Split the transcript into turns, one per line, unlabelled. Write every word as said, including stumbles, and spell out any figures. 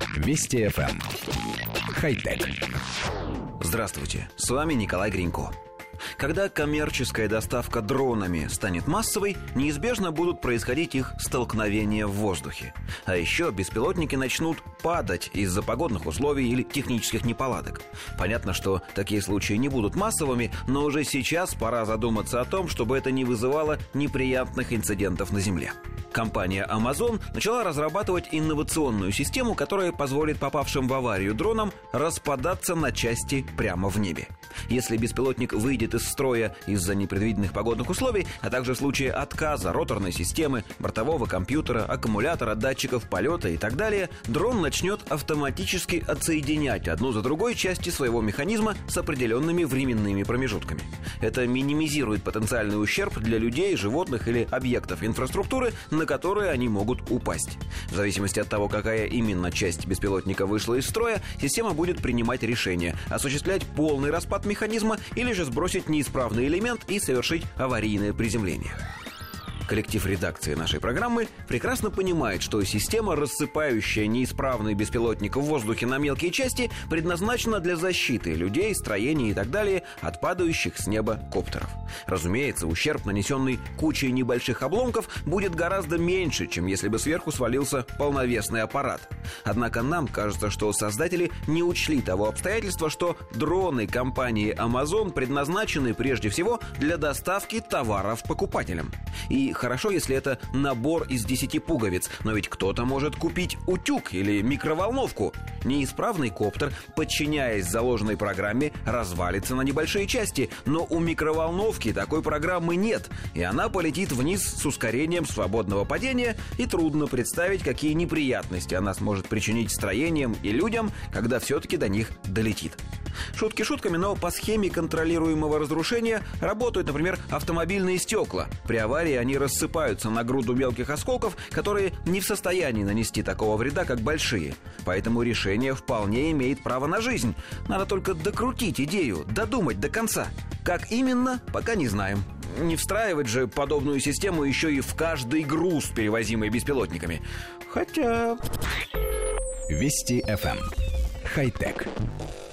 Вести эф эм. Хай-тек.
Здравствуйте, с вами Николай Гринько. Когда коммерческая доставка дронами станет массовой, неизбежно будут происходить их столкновения в воздухе. А еще беспилотники начнут падать из-за погодных условий или технических неполадок. Понятно, что такие случаи не будут массовыми, но уже сейчас пора задуматься о том, чтобы это не вызывало неприятных инцидентов на Земле. Компания Amazon начала разрабатывать инновационную систему, которая позволит попавшим в аварию дронам распадаться на части прямо в небе. Если беспилотник выйдет из строя из-за непредвиденных погодных условий, а также в случае отказа роторной системы, бортового компьютера, аккумулятора, датчиков полета и так далее, дрон начнет автоматически отсоединять одну за другой части своего механизма с определенными временными промежутками. Это минимизирует потенциальный ущерб для людей, животных или объектов инфраструктуры, на которые они могут упасть. В зависимости от того, какая именно часть беспилотника вышла из строя, система будет принимать решение осуществлять полный распад механизма или же сбросить неисправный элемент и совершить аварийное приземление. Коллектив редакции нашей программы прекрасно понимает, что система, рассыпающая неисправный беспилотник в воздухе на мелкие части, предназначена для защиты людей, строений и так далее от падающих с неба коптеров. Разумеется, ущерб, нанесенный кучей небольших обломков, будет гораздо меньше, чем если бы сверху свалился полновесный аппарат. Однако нам кажется, что создатели не учли того обстоятельства, что дроны компании Amazon предназначены прежде всего для доставки товаров покупателям. И хорошо, если это набор из десяти пуговиц, но ведь кто-то может купить утюг или микроволновку. Неисправный коптер, подчиняясь заложенной программе, развалится на небольшие части, но у микроволновки такой программы нет, и она полетит вниз с ускорением свободного падения, и трудно представить, какие неприятности она сможет причинить строениям и людям, когда все-таки до них долетит. Шутки шутками, но по схеме контролируемого разрушения работают, например, автомобильные стекла. При аварии они рассыпаются на груду мелких осколков, которые не в состоянии нанести такого вреда, как большие. Поэтому решение вполне имеет право на жизнь. Надо только докрутить идею, додумать до конца. Как именно, пока не знаем. Не встраивать же подобную систему еще и в каждый груз, перевозимый беспилотниками. Хотя...
Вести эф эм. Хай-тек.